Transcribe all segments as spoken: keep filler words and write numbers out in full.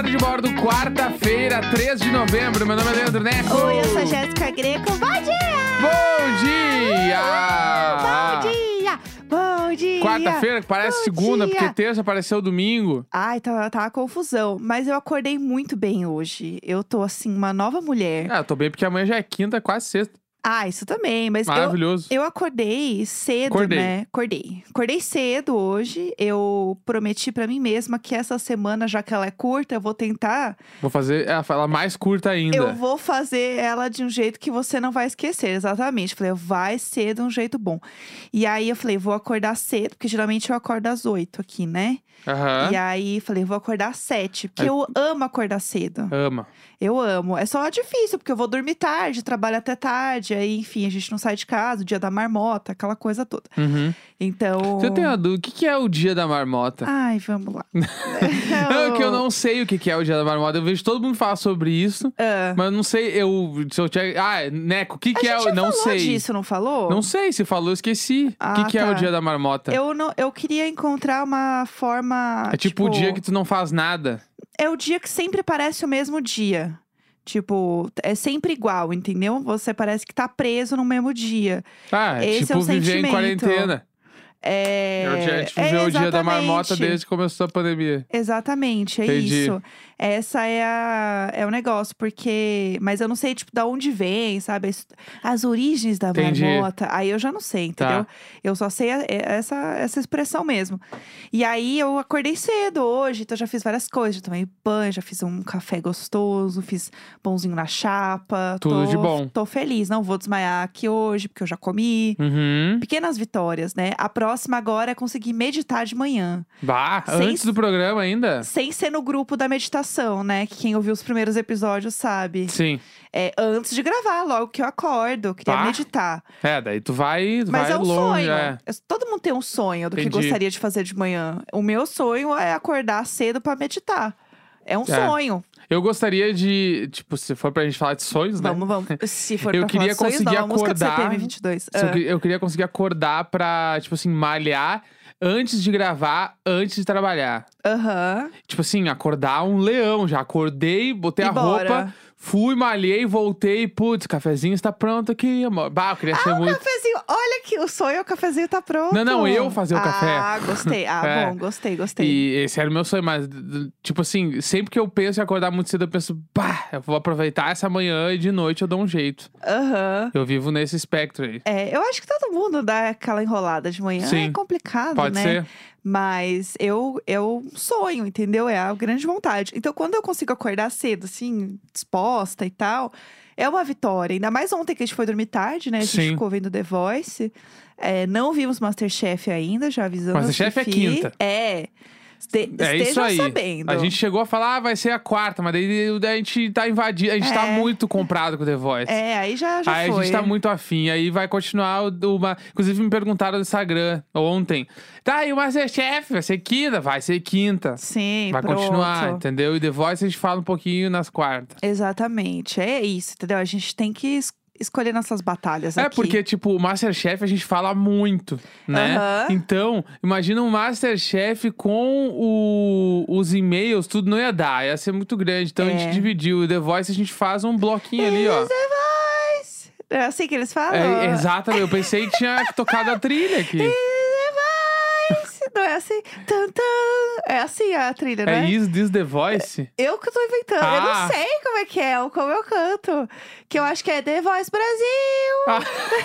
de bordo, quarta-feira, três de novembro. Meu nome é Leandro Neco. Oi, eu sou a Jéssica Greco. Bom dia! Bom dia! Bom dia! Bom dia! Quarta-feira, que parece Bom segunda, dia. porque terça apareceu domingo. Ai, tá, tá uma confusão. Mas eu acordei muito bem hoje. Eu tô, assim, uma nova mulher. Ah, eu tô bem porque amanhã já é quinta, quase sexta. Ah, isso também. Mas eu, Maravilhoso. eu acordei cedo, Acordei. né? Acordei. Acordei cedo hoje. Eu prometi pra mim mesma que essa semana, já que ela é curta, eu vou tentar... Vou fazer ela ela mais curta ainda. Eu vou fazer ela de um jeito que você não vai esquecer, exatamente. Falei, vai ser de um jeito bom. E aí eu falei, vou acordar cedo, porque geralmente eu acordo às oito aqui, né? Aham. E aí falei, vou acordar às sete, porque Aí- eu amo acordar cedo. Ama. Eu amo. É só difícil, porque eu vou dormir tarde, trabalho até tarde, aí, enfim, a gente não sai de casa, o dia da marmota, aquela coisa toda. Uhum. Então. Eu tenho uma dúvida, o que que é o dia da marmota? Ai, vamos lá. Não, que eu não sei o que que é o dia da marmota. Eu vejo todo mundo falar sobre isso, Ah, mas eu não sei. Eu, se eu tinha... Ah, Neco, o que que a é gente o... Não falou sei. disso, não falou? Não sei, se falou, eu esqueci. O Ah, que que é tá. o dia da marmota? Eu, não, eu queria encontrar uma forma. É tipo, o dia que tu não faz nada. É o dia que sempre parece o mesmo dia. Tipo, é sempre igual, entendeu? Você parece que tá preso no mesmo dia. Ah, é Esse é tipo o viver em sentimento. quarentena. É. Eu já- a gente é viveu o dia da exatamente. marmota desde que começou a pandemia. Exatamente, é Entendi. isso. Essa é a é o negócio, porque... Mas eu não sei, tipo, da onde vem, sabe? As, as origens da Entendi. marmota. Aí eu já não sei, entendeu? Tá. Eu só sei a- é- essa, essa expressão mesmo. E aí eu acordei cedo hoje, então já fiz várias coisas. Já tomei banho, já fiz um café gostoso, fiz pãozinho na chapa. Tudo tô, de bom. Tô feliz, não vou desmaiar aqui hoje, porque eu já comi. Uhum. Pequenas vitórias, né? A próxima agora é conseguir meditar de manhã. Bah, Sem- antes do programa ainda? Sem ser no grupo da meditação, né? Que quem ouviu os primeiros episódios sabe. Sim. É antes de gravar, logo que eu acordo, eu queria Tá. meditar. É, daí tu vai, tu Mas vai é um longe. sonho. É. Eu- Todo mundo tem um sonho do que Entendi. gostaria de fazer de manhã. O meu sonho é acordar cedo pra meditar. É um É. sonho. Eu gostaria de, tipo, se for pra gente falar de sonhos, né? Vamos, vamos. Se for Eu pra queria falar de sonhos, conseguir não, a música do acordar- C P M vinte e dois. Se eu, Ah. que- eu queria conseguir acordar pra, tipo assim, malhar antes de gravar, antes de trabalhar. Aham. Tipo assim, acordar um leão. Já acordei, botei E a bora. roupa, fui, malhei, voltei. Putz, cafezinho está pronto aqui, amor. Bah, eu queria ser O muito... cafezinho, olha aqui, o sonho, o cafezinho tá pronto. Não, não, eu fazer o ah, café. Ah, gostei. Ah, É. bom, gostei, gostei. E esse era o meu sonho, mas, d- d- tipo assim, sempre que eu penso em acordar muito cedo, eu penso, pá, eu vou aproveitar essa manhã e de noite eu dou um jeito. Aham. Eu vivo nesse espectro aí. É, eu acho que todo mundo dá aquela enrolada de manhã. Sim. É complicado, Pode né? ser? Mas eu, eu sonho, entendeu? É a grande vontade. Então, quando eu consigo acordar cedo, assim, disposta e tal, é uma vitória. Ainda mais ontem que a gente foi dormir tarde, né? A gente Sim. ficou vendo The Voice. É, não vimos Masterchef ainda, já avisando a Masterchef é Fifi. quinta. É. Este, É isso estejam aí. sabendo. A gente chegou a falar, ah, vai ser a quarta, mas daí, daí a gente tá invadido, a gente tá É. muito comprado com o The Voice. É, aí já, já Aí foi. a gente tá muito afim, aí vai continuar o- uma... Inclusive me perguntaram no Instagram ontem. Tá, e o Masterchef vai ser quinta? Vai ser quinta. Sim, Vai pronto. continuar, entendeu? E The Voice a gente fala um pouquinho nas quartas. Exatamente. É isso, entendeu? A gente tem que es- escolher nossas batalhas É, aqui. porque, tipo, o Masterchef a gente fala muito, né? Aham. Então, imagina um Masterchef com o- os e-mails, tudo não ia dar, ia ser muito grande. Então a É. gente dividiu. O The Voice a gente faz um bloquinho ali, ó. The Voice. É assim que eles falam? É, exatamente, eu pensei que tinha tocado a trilha aqui. The Voice. Não é assim? Tum, tum. É assim a trilha, É né? Is This The Voice? Eu que tô inventando. Eu Ah. não sei como é que é, ou como eu canto. Que eu acho que é The Voice Brasil. Ah.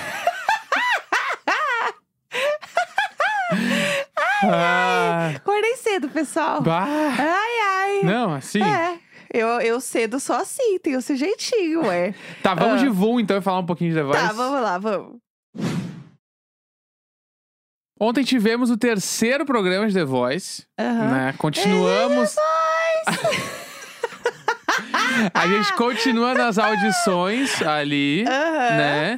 Ah, Acordei cedo, pessoal. bah. Ai, ai. Não, assim. É. Eu, eu cedo só assim, tenho esse jeitinho, ué. Tá, vamos Ah. de voo então e falar um pouquinho de The Voice. Tá, vamos lá, vamos. Ontem tivemos o terceiro programa de The Voice, Aham. né? Continuamos. A gente continua nas audições ali, Aham. né?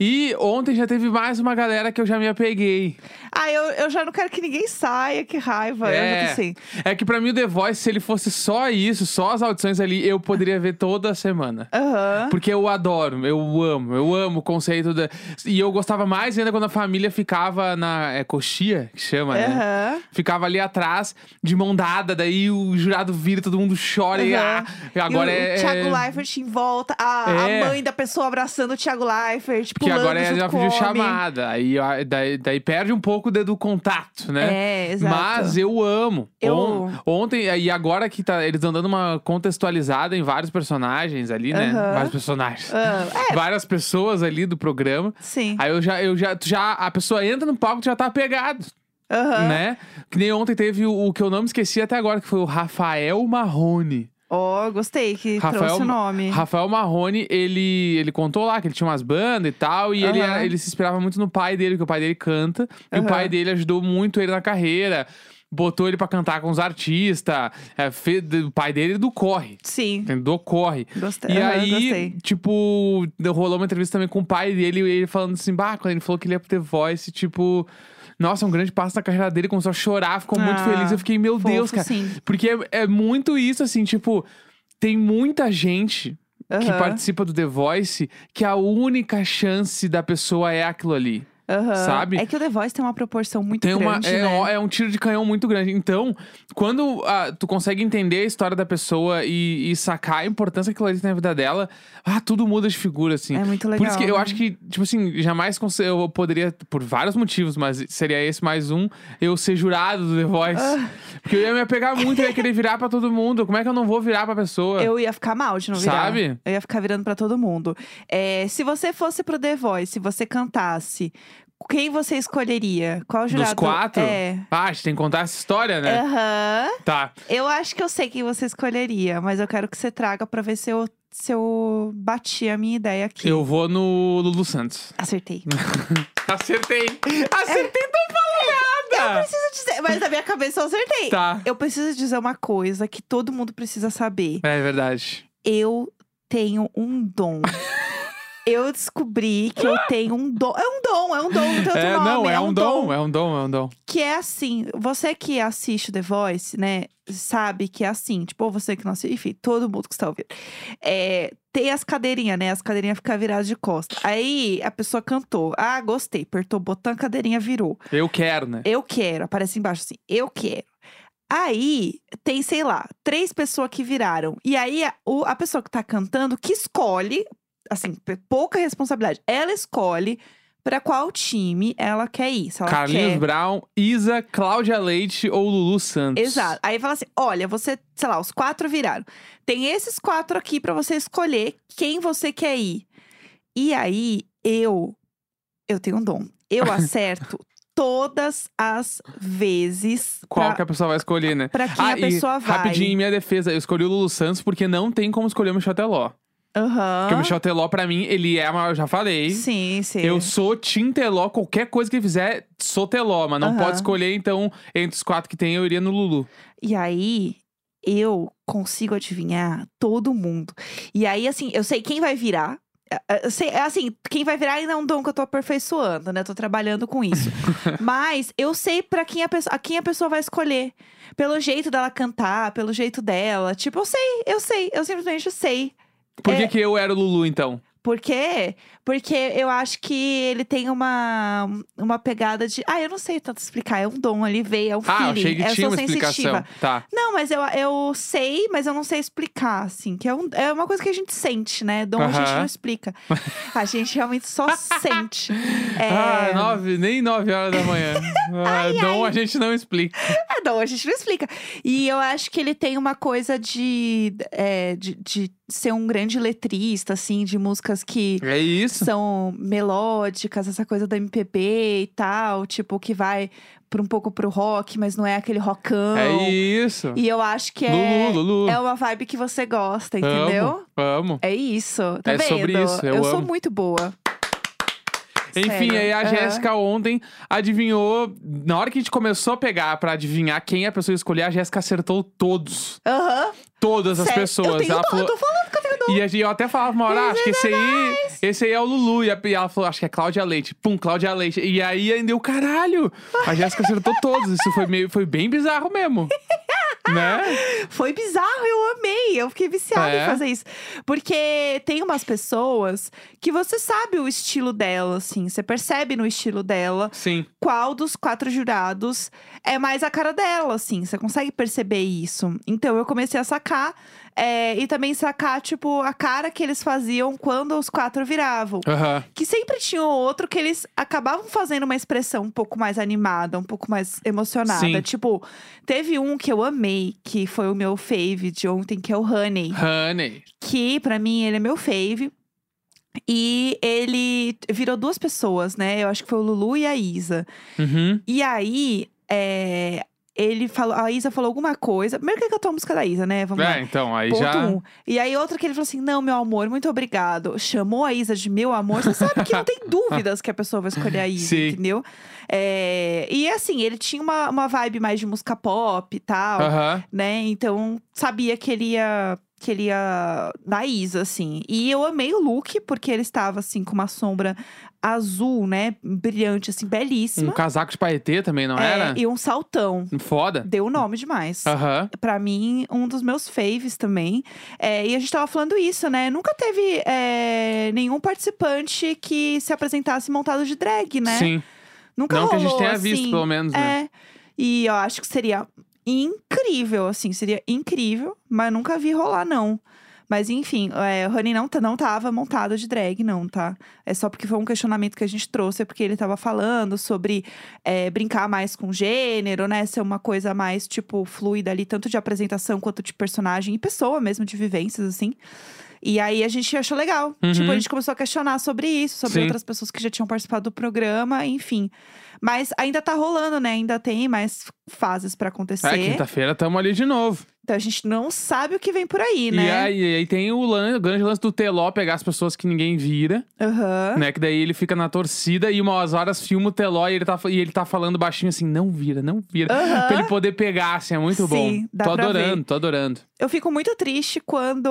E ontem já teve mais uma galera que eu já me apeguei. Ah, eu, eu já não quero que ninguém saia, que raiva. Eu já tô assim. É que pra mim o The Voice, se ele fosse só isso, só as audições ali, eu poderia ver toda semana. Aham. Porque eu adoro, eu amo, eu amo o conceito da... E eu gostava mais ainda quando a família ficava na... É coxia, que chama, né? Aham. Ficava ali atrás, de mão dada, daí o jurado vira, todo mundo chora e... Aham. Ah, agora e o, é... o Thiago Leifert em volta, a, É. a mãe da pessoa abraçando o Thiago Leifert, Porque pulando agora é junto já com o vídeo homem. chamada. Aí, ó, daí, daí perde um pouco do, do contato, né? É, exato. Mas eu amo. Eu- On- ontem, e agora que tá, eles estão dando uma contextualizada em vários personagens ali, né? Aham. Vários personagens. Ah, é, Várias pessoas ali do programa. sim. Aí eu já, eu já, tu já, a pessoa entra no palco e já tá apegado, Aham. né? Que nem ontem teve o, o que eu não me esqueci até agora, que foi o Rafael Marrone. Ó, gostei que Rafael, trouxe o nome. Rafael Marrone, ele, ele contou lá que ele tinha umas bandas e tal, e ele, Aham. era- ele se inspirava muito no pai dele, que o pai dele canta, e o Aham. pai dele ajudou muito ele na carreira, botou ele pra cantar com os artistas, é, fe- o pai dele do corre, Sim. entendeu? Do corre. Gostei. E Aham, aí, gostei. tipo, rolou uma entrevista também com o pai dele, e ele falando assim, bah, quando ele falou que ele ia pro The Voice, tipo... Nossa, um grande passo na carreira dele, começou a chorar, ficou muito Ah, feliz. Eu fiquei, meu fofo, Deus, cara. sim. Porque é, é muito isso, assim, tipo... Tem muita gente que Aham. participa do The Voice que a única chance da pessoa é aquilo ali. Aham. sabe? É que o The Voice tem uma proporção muito Tem uma, grande, é, né? é um tiro de canhão muito grande. Então, quando ah, tu consegue entender a história da pessoa e, e sacar a importância que ela tem na vida dela, ah, tudo muda de figura, assim. É muito Por legal. isso que eu né? acho que, tipo assim, jamais cons- eu poderia, por vários motivos, mas seria esse mais um, eu ser jurado do The Voice. Ah. Porque eu ia me apegar muito, eu ia querer virar pra todo mundo. Como é que eu não vou virar pra pessoa? Eu ia ficar mal de não virar. Sabe? Eu ia ficar virando pra todo mundo. É, se você fosse pro The Voice, se você cantasse, quem você escolheria? Qual jurado? Dos quatro? É. Ah, a gente tem que contar essa história, né? Aham. Tá. Eu acho que eu sei quem você escolheria, mas eu quero que você traga pra ver se eu, se eu bati a minha ideia aqui. Eu vou no Lulu Santos. Acertei. Acertei! Acertei, não falou nada! Preciso dizer, mas na minha cabeça eu acertei. Tá. Eu preciso dizer uma coisa que todo mundo precisa saber. É verdade. Eu tenho um dom. Eu descobri que eu tenho um dom. É um dom, é um dom, não tem outro É, nome. não, é, é um dom, é um dom, é um dom. Que é assim, você que assiste The Voice, né, sabe que é assim. Tipo, ou você que não assiste, enfim, todo mundo que está ouvindo. É, tem as cadeirinhas, né, as cadeirinhas ficam viradas de costa. Aí, a pessoa cantou. Ah, gostei, apertou o botão, a cadeirinha virou. Eu quero, né? Eu quero, aparece embaixo assim, eu quero. Aí, tem, sei lá, três pessoas que viraram. E aí, a, o- a pessoa que tá cantando, que escolhe, assim, p- pouca responsabilidade. Ela escolhe pra qual time ela quer ir. Se ela Carlinhos quer... Brown, Isa, Cláudia Leite ou Lulu Santos. Exato. Aí fala assim: olha, você, sei lá, os quatro viraram. Tem esses quatro aqui pra você escolher quem você quer ir. E aí, eu, eu tenho um dom. Eu acerto todas as vezes Qual pra, que a pessoa vai escolher, né? pra quem ah, a pessoa e, vai. rapidinho, em minha defesa, eu escolhi o Lulu Santos porque não tem como escolher o Michel Teló. Aham. Porque o Michel Teló, pra mim, ele é, mas eu já falei. Sim, sim. Eu sou Tim Teló, qualquer coisa que ele fizer, sou Teló, mas não Aham. pode escolher, então, entre os quatro que tem, eu iria no Lulu. E aí, eu consigo adivinhar todo mundo. E aí, assim, eu sei quem vai virar. É, eu sei, é assim, quem vai virar ainda é um dom que eu tô aperfeiçoando, né? Tô trabalhando com isso. Mas eu sei pra quem a, pessoa, a quem a pessoa vai escolher. Pelo jeito dela cantar, pelo jeito dela. Tipo, eu sei, eu sei. Eu simplesmente sei. Por que É. que eu era o Lulu, então? Por quê? Porque eu acho que ele tem uma, uma pegada de... Ah, eu não sei tanto explicar. É um dom ali, veio, é um Ah, feeling. achei que eu tinha sou uma explicação. sensitiva. Tá. Não, mas eu, eu sei, mas eu não sei explicar, assim. Que é, um, é uma coisa que a gente sente, né? Dom a gente Aham. não explica. A gente realmente só sente. É... Ah, nove, nem nove horas da manhã. Ah, dom a gente não explica. É, dom a gente não explica. E eu acho que ele tem uma coisa de, é, de, de ser um grande letrista, assim. De músicas que... É isso. são melódicas, essa coisa da M P B e tal, tipo, que vai por um pouco pro rock, mas não é aquele rockão. É isso. E eu acho que é, Lulu, Lulu. é uma vibe que você gosta, entendeu? Amo, amo. É isso, tá É vendo? sobre isso, eu sou amo. muito boa. Enfim, Sério. aí a Aham. Jéssica ontem adivinhou. Na hora que a gente começou a pegar pra adivinhar quem a pessoa ia escolher, a Jéssica acertou todos. Aham. Todas as Sério, pessoas. Eu, tenho Ela dom, falou. eu tô falando que eu tenho vendo? E a gente- eu até falava uma hora, ah, acho que esse aí, esse aí é o Lulu. E a- e ela falou, acho que é Cláudia Leite. Pum, Cláudia Leite. E aí ainda deu caralho. A Jéssica acertou todos. Isso foi, meio, foi bem bizarro mesmo. Né? Foi bizarro, eu amei. Eu fiquei viciada É. em fazer isso. Porque tem umas pessoas que você sabe o estilo dela, assim. Você percebe no estilo dela Sim. qual dos quatro jurados é mais a cara dela, assim. Você consegue perceber isso. Então, eu comecei a sacar. é, e também sacar, tipo, a cara que eles faziam quando os quatro viravam. Aham. Que sempre tinha um outro que eles acabavam fazendo uma expressão um pouco mais animada, um pouco mais emocionada. Sim. Tipo, teve um que eu amei, que foi o meu fave de ontem, que é o Honey. Honey. Que, pra mim, ele é meu fave. E ele virou duas pessoas, né? Eu acho que foi o Lulu e a Isa. Uhum. E aí, é, ele falou, a Isa falou alguma coisa. Primeiro que cantou a música da Isa, né? Vamos lá. É, então, aí Ponto já... um. E aí, outra que ele falou assim: não, meu amor, muito obrigado. Chamou a Isa de meu amor. Você sabe que não tem dúvidas que a pessoa vai escolher a Isa, Sim. entendeu? É, e assim, ele tinha uma, uma vibe mais de música pop e tal, Aham. né? Então, sabia que ele ia. Que ele ia na Isa, assim. E eu amei o look, porque ele estava, assim, com uma sombra azul, né? Brilhante, assim, Um belíssima. casaco de paetê também, não É, era? e um saltão. Foda. Deu o nome demais. Aham. Pra mim, um dos meus faves também. É, e a gente tava falando isso, né? Nunca teve é, nenhum participante que se apresentasse montado de drag, né? Sim. Nunca Não que a rolou, gente tenha assim. visto, pelo menos, né? É. E eu acho que seria incrível, assim. Seria incrível, mas nunca vi rolar, não. Mas enfim, é, o Honey não, tá- não tava montado de drag, não, tá? É só porque foi um questionamento que a gente trouxe, é porque ele tava falando sobre é, brincar mais com gênero, né? Ser uma coisa mais, tipo, fluida ali, tanto de apresentação quanto de personagem e pessoa mesmo, de vivências, assim. E aí a gente achou legal. Uhum. Tipo, a gente começou a questionar sobre isso, sobre Sim. outras pessoas que já tinham participado do programa, enfim. Mas ainda tá rolando, né? Ainda tem mais fases pra acontecer. É, quinta-feira tamo ali de novo. Então a gente não sabe o que vem por aí, E né? aí, aí tem o, lan- o grande lance do Teló pegar as pessoas que ninguém vira, Aham. né? Que daí ele fica na torcida e umas horas filma o Teló e ele tá, e ele tá falando baixinho assim, não vira, não vira. Aham. Pra ele poder pegar, assim, é muito Sim, bom. dá Tô pra adorando, ver. tô adorando. Eu fico muito triste quando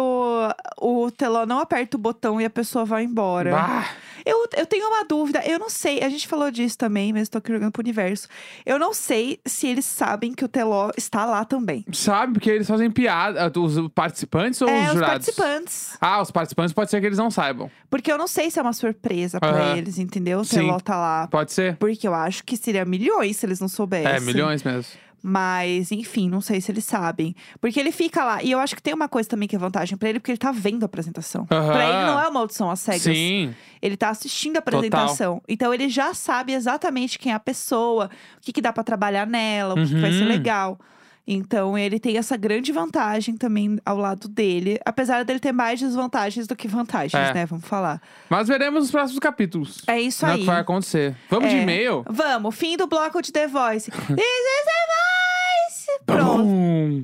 o Teló não aperta o botão e a pessoa vai embora. Bah, Eu, eu tenho uma dúvida, eu não sei, a gente falou disso também, mas tô aqui jogando pro universo. Eu não sei se eles sabem que o Teló está lá também. sabe, porque eles fazem piada. Os participantes ou é, os os jurados? participantes. Ah, os participantes pode ser que eles não saibam. Porque eu não sei se é uma surpresa pra Aham. eles, entendeu? O Sim. Teló tá lá. Pode ser? Porque eu acho que seria milhões se eles não soubessem. É, milhões mesmo. Mas, enfim, não sei se eles sabem. Porque ele fica lá. E eu acho que tem uma coisa também que é vantagem pra ele, porque ele tá vendo a apresentação. Aham. Pra ele não é uma audição às cegas. Sim. Ele tá assistindo a apresentação. Então ele já sabe exatamente quem é a pessoa, o que, que dá pra trabalhar nela, o que, que vai ser Uhum. legal. Então ele tem essa grande vantagem também ao lado dele. Apesar dele ter mais desvantagens do que vantagens, É. né? Vamos falar. Mas veremos nos próximos capítulos. É isso Não é o aí. que vai acontecer. Vamos de É. e-mail? Vamos, fim do bloco de The Voice. This is The Voice! Pronto. Bum.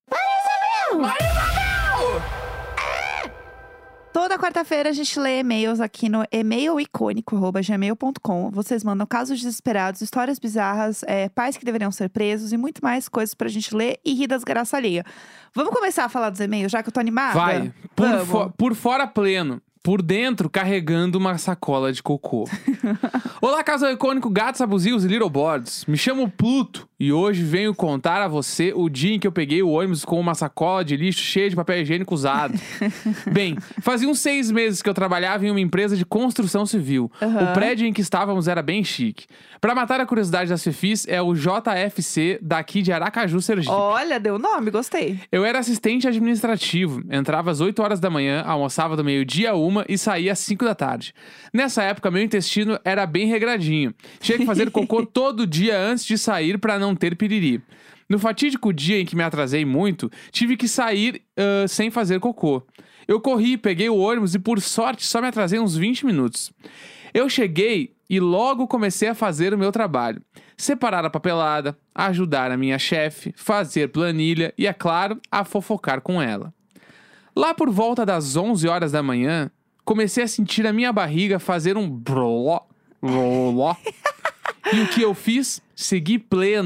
Toda quarta-feira a gente lê e-mails aqui no e-mailicônico arroba gmail ponto com. Vocês mandam casos desesperados, histórias bizarras, é, pais que deveriam ser presos e muito mais coisas pra gente ler e rir das graças alheias. Vamos começar a falar dos e-mails, já que eu tô animada? Vai. Por, Vamos. fo- por fora pleno. Por dentro, carregando uma sacola de cocô. Olá, casal icônico, gatos abusivos e little boards. Me chamo Pluto e hoje venho contar a você o dia em que eu peguei o ônibus com uma sacola de lixo cheia de papel higiênico usado. Bem, fazia uns seis meses que eu trabalhava em uma empresa de construção civil. Aham. O prédio em que estávamos era bem chique. Pra matar a curiosidade das fifis, é o J F C daqui de Aracaju, Sergipe. Olha, deu nome, gostei. Eu era assistente administrativo, entrava às oito horas da manhã, almoçava do meio-dia a uma e saía às cinco da tarde. Nessa época, meu intestino era bem regradinho. Tinha que fazer cocô todo dia antes de sair pra não ter piriri. No fatídico dia em que me atrasei muito, tive que sair ah, sem fazer cocô. Eu corri, peguei o ônibus e, por sorte, só me atrasei uns vinte minutos. Eu cheguei e logo comecei a fazer o meu trabalho. Separar a papelada, ajudar a minha chefe, fazer planilha e, é claro, a fofocar com ela. Lá por volta das onze horas da manhã, comecei a sentir a minha barriga fazer um broló, broló. E o que eu fiz? Segui plena.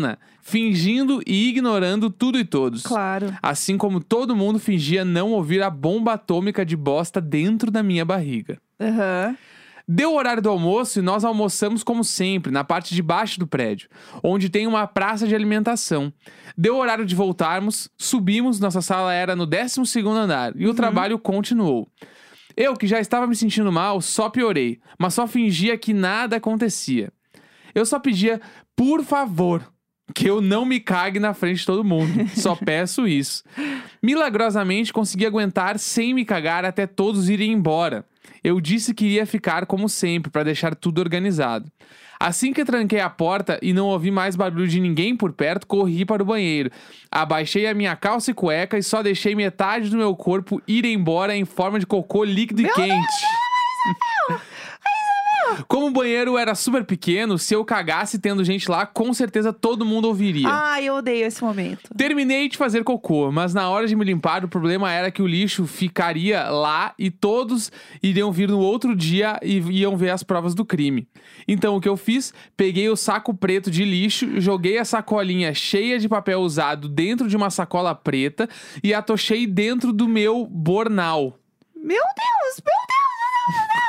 fingindo e ignorando tudo e todos. Claro. Assim como todo mundo fingia não ouvir a bomba atômica de bosta dentro da minha barriga. Aham. Deu o horário do almoço e nós almoçamos como sempre, na parte de baixo do prédio, onde tem uma praça de alimentação. Deu o horário de voltarmos, subimos, nossa sala era no décimo segundo andar, e o trabalho continuou. Eu, que já estava me sentindo mal, só piorei, mas só fingia que nada acontecia. Eu só pedia, por favor, que eu não me cague na frente de todo mundo. Só peço isso. Milagrosamente consegui aguentar sem me cagar até todos irem embora. Eu disse que iria ficar como sempre, para deixar tudo organizado. Assim que tranquei a porta e não ouvi mais barulho de ninguém por perto, corri para o banheiro. Abaixei a minha calça e cueca e só deixei metade do meu corpo ir embora em forma de cocô líquido Meu e quente. Deus, Isabel! Como o banheiro era super pequeno, se eu cagasse tendo gente lá, com certeza todo mundo ouviria. Ai, eu odeio esse momento. Terminei de fazer cocô, mas na hora de me limpar, o problema era que o lixo ficaria lá e todos iriam vir no outro dia e iam ver as provas do crime. Então o que eu fiz? Peguei o saco preto de lixo, joguei a sacolinha cheia de papel usado dentro de uma sacola preta e atochei dentro do meu bornal. Meu Deus, meu Deus, meu Deus, meu Deus.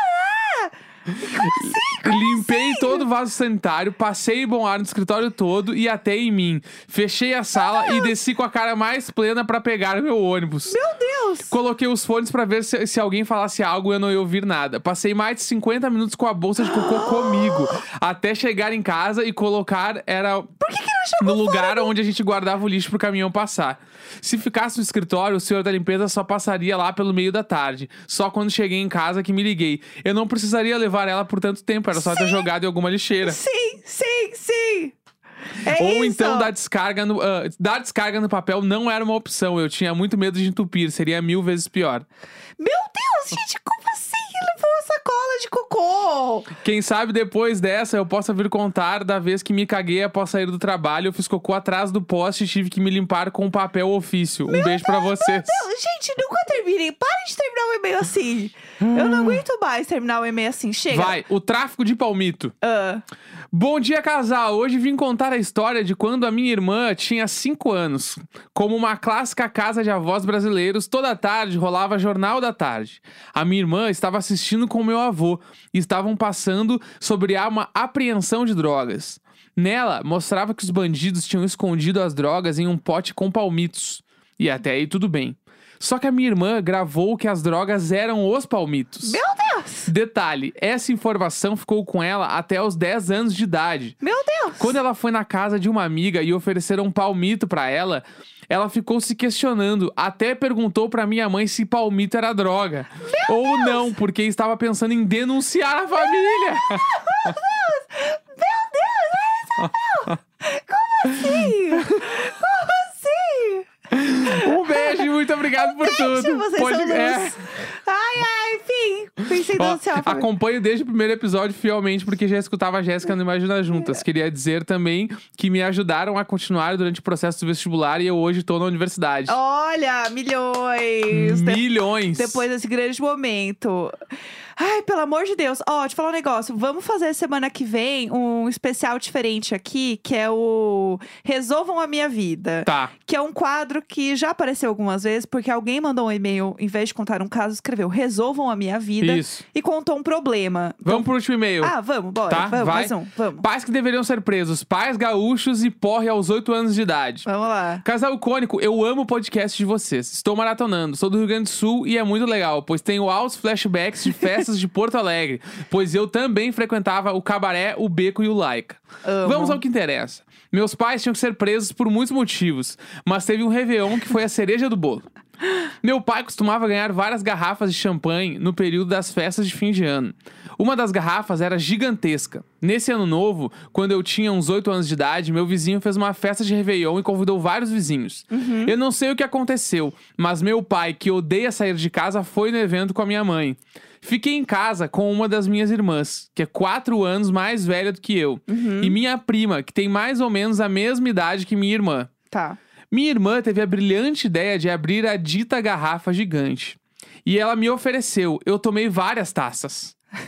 Como assim? Como Limpei assim? todo o vaso sanitário, passei bom ar no escritório todo e até em mim. Fechei a sala e desci com a cara mais plena pra pegar meu ônibus. Meu Deus! Coloquei os fones pra ver se, se alguém falasse algo e eu não ia ouvir nada. Passei mais de cinquenta minutos com a bolsa de cocô comigo. Até chegar em casa e colocar era Por que que não jogou no lugar fora? onde a gente guardava o lixo pro caminhão passar. Se ficasse no escritório, o senhor da limpeza só passaria lá pelo meio da tarde. Só quando cheguei em casa que me liguei. Eu não precisaria levar ela por tanto tempo, era só ter jogado em alguma lixeira. Sim, sim, sim. É Ou isso. então dar descarga no, uh, dar descarga no papel não era uma opção. Eu tinha muito medo de entupir, seria mil vezes pior. Meu Deus, gente, como assim que levou a sacola de cocô? Quem sabe depois dessa eu possa vir contar da vez que me caguei após sair do trabalho. Eu fiz cocô atrás do poste e tive que me limpar com papel ofício. Um Meu beijo pra vocês. Não, gente, nunca terminem. Parem de terminar o e-mail assim. Eu não aguento mais terminar o e-mail assim. Chega. Vai, o tráfico de palmito. Ah, Bom dia, casal! Hoje vim contar a história de quando a minha irmã tinha cinco anos. Como uma clássica casa de avós brasileiros, toda tarde rolava Jornal da Tarde. A minha irmã estava assistindo com meu avô e estavam passando sobre uma apreensão de drogas. Nela, mostrava que os bandidos tinham escondido as drogas em um pote com palmitos. E até aí tudo bem. Só que a minha irmã gravou que as drogas eram os palmitos. meu Deus! Detalhe, essa informação ficou com ela até os dez anos de idade. Meu Deus! Quando ela foi na casa de uma amiga e ofereceram um palmito pra ela, ela ficou se questionando, até perguntou pra minha mãe se palmito era droga. Meu Ou Deus! não, porque estava pensando em denunciar a família. Meu Deus! Meu Deus! Isabel! Como assim? Como assim? Um beijo e muito obrigado por Gente, tudo. vocês Pode- são é. luz. Ai, ai, enfim. Pensei em Ó, denunciar a família. acompanho desde o primeiro episódio fielmente, porque já escutava a Jéssica no Imagina Juntas. Queria dizer também que me ajudaram a continuar durante o processo do vestibular e eu hoje tô na universidade. Olha, milhões. De- Milhões! Depois desse grande momento. Ai, pelo amor de Deus. Ó, deixa eu falar um negócio. Vamos fazer semana que vem um especial diferente aqui, que é o Resolvam a Minha Vida. Tá. Que é um quadro que já apareceu algumas vezes, porque alguém mandou um e-mail, em vez de contar um caso, escreveu Resolvam a Minha Vida. Isso. E contou um problema. Vamos pro último e-mail. Ah, vamos, bora. Tá, vamos, vai. mais um, vamos. Pais que deveriam ser presos. Pais gaúchos e porre aos oito anos de idade. Vamos lá. Casal icônico, eu amo o podcast de vocês. Estou maratonando. Sou do Rio Grande do Sul e é muito legal, pois tenho altos flashbacks de festas de Porto Alegre. Pois eu também frequentava o cabaré, o beco e o laica. Amo. Vamos ao que interessa. Meus pais tinham que ser presos por muitos motivos, mas teve um Réveillon que foi a cereja do bolo. Meu pai costumava ganhar várias garrafas de champanhe no período das festas de fim de ano. Uma das garrafas era gigantesca. Nesse ano novo, quando eu tinha uns oito anos de idade, meu vizinho fez uma festa de Réveillon e convidou vários vizinhos. Uhum. Eu não sei o que aconteceu, mas meu pai, que odeia sair de casa, foi no evento com a minha mãe. Fiquei em casa com uma das minhas irmãs, que é quatro anos mais velha do que eu. Uhum. E minha prima, que tem mais ou menos a mesma idade que minha irmã. Tá. Minha irmã teve a brilhante ideia de abrir a dita garrafa gigante. E ela me ofereceu. Eu tomei várias taças.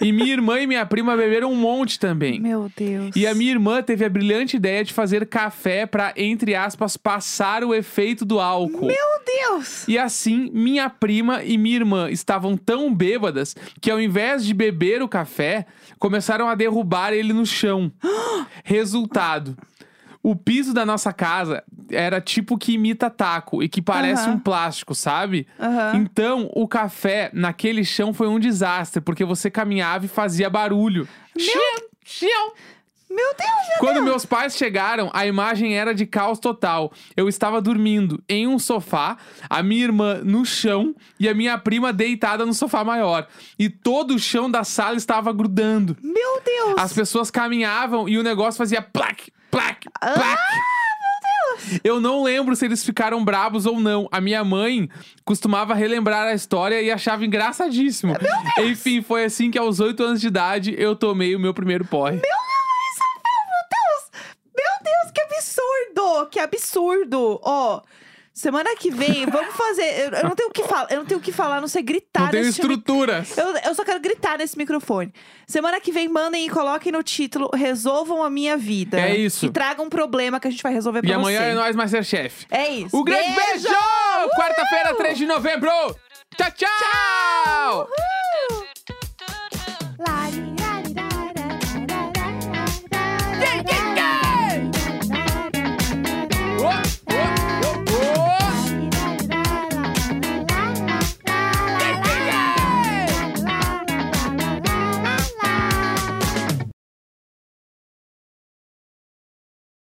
E minha irmã e minha prima beberam um monte também. Meu Deus. E a minha irmã teve a brilhante ideia de fazer café pra, entre aspas, passar o efeito do álcool. Meu Deus! E assim, minha prima e minha irmã estavam tão bêbadas que ao invés de beber o café, começaram a derrubar ele no chão. Resultado. O piso da nossa casa era tipo que imita taco e que parece Aham. um plástico, sabe? Aham. Então, o café naquele chão foi um desastre, porque você caminhava e fazia barulho. Chiam, chiam. Meu Deus, meu Quando Deus! meus pais chegaram, a imagem era de caos total. Eu estava dormindo em um sofá, a minha irmã no chão e a minha prima deitada no sofá maior. E todo o chão da sala estava grudando. Meu Deus! As pessoas caminhavam e o negócio fazia plaque, plaque, Ah, plaque. meu Deus! Eu não lembro se eles ficaram bravos ou não. A minha mãe costumava relembrar a história e achava engraçadíssimo. Enfim, foi assim que aos oito anos de idade eu tomei o meu primeiro porre. Meu Deus, que absurdo! Que absurdo! Ó, semana que vem, vamos fazer. Eu, eu não tenho o que falar, eu não tenho o que falar, a não sei gritar Não tenho nesse mi- estruturas. Eu, eu só quero gritar nesse microfone. Semana que vem, mandem e coloquem no título Resolvam a Minha Vida. É isso. E tragam um problema que a gente vai resolver pra E amanhã você. é nós, Masterchef. É isso. O grande beijo! Uhul! Quarta-feira, três de novembro! Tchau, tchau! Tchau!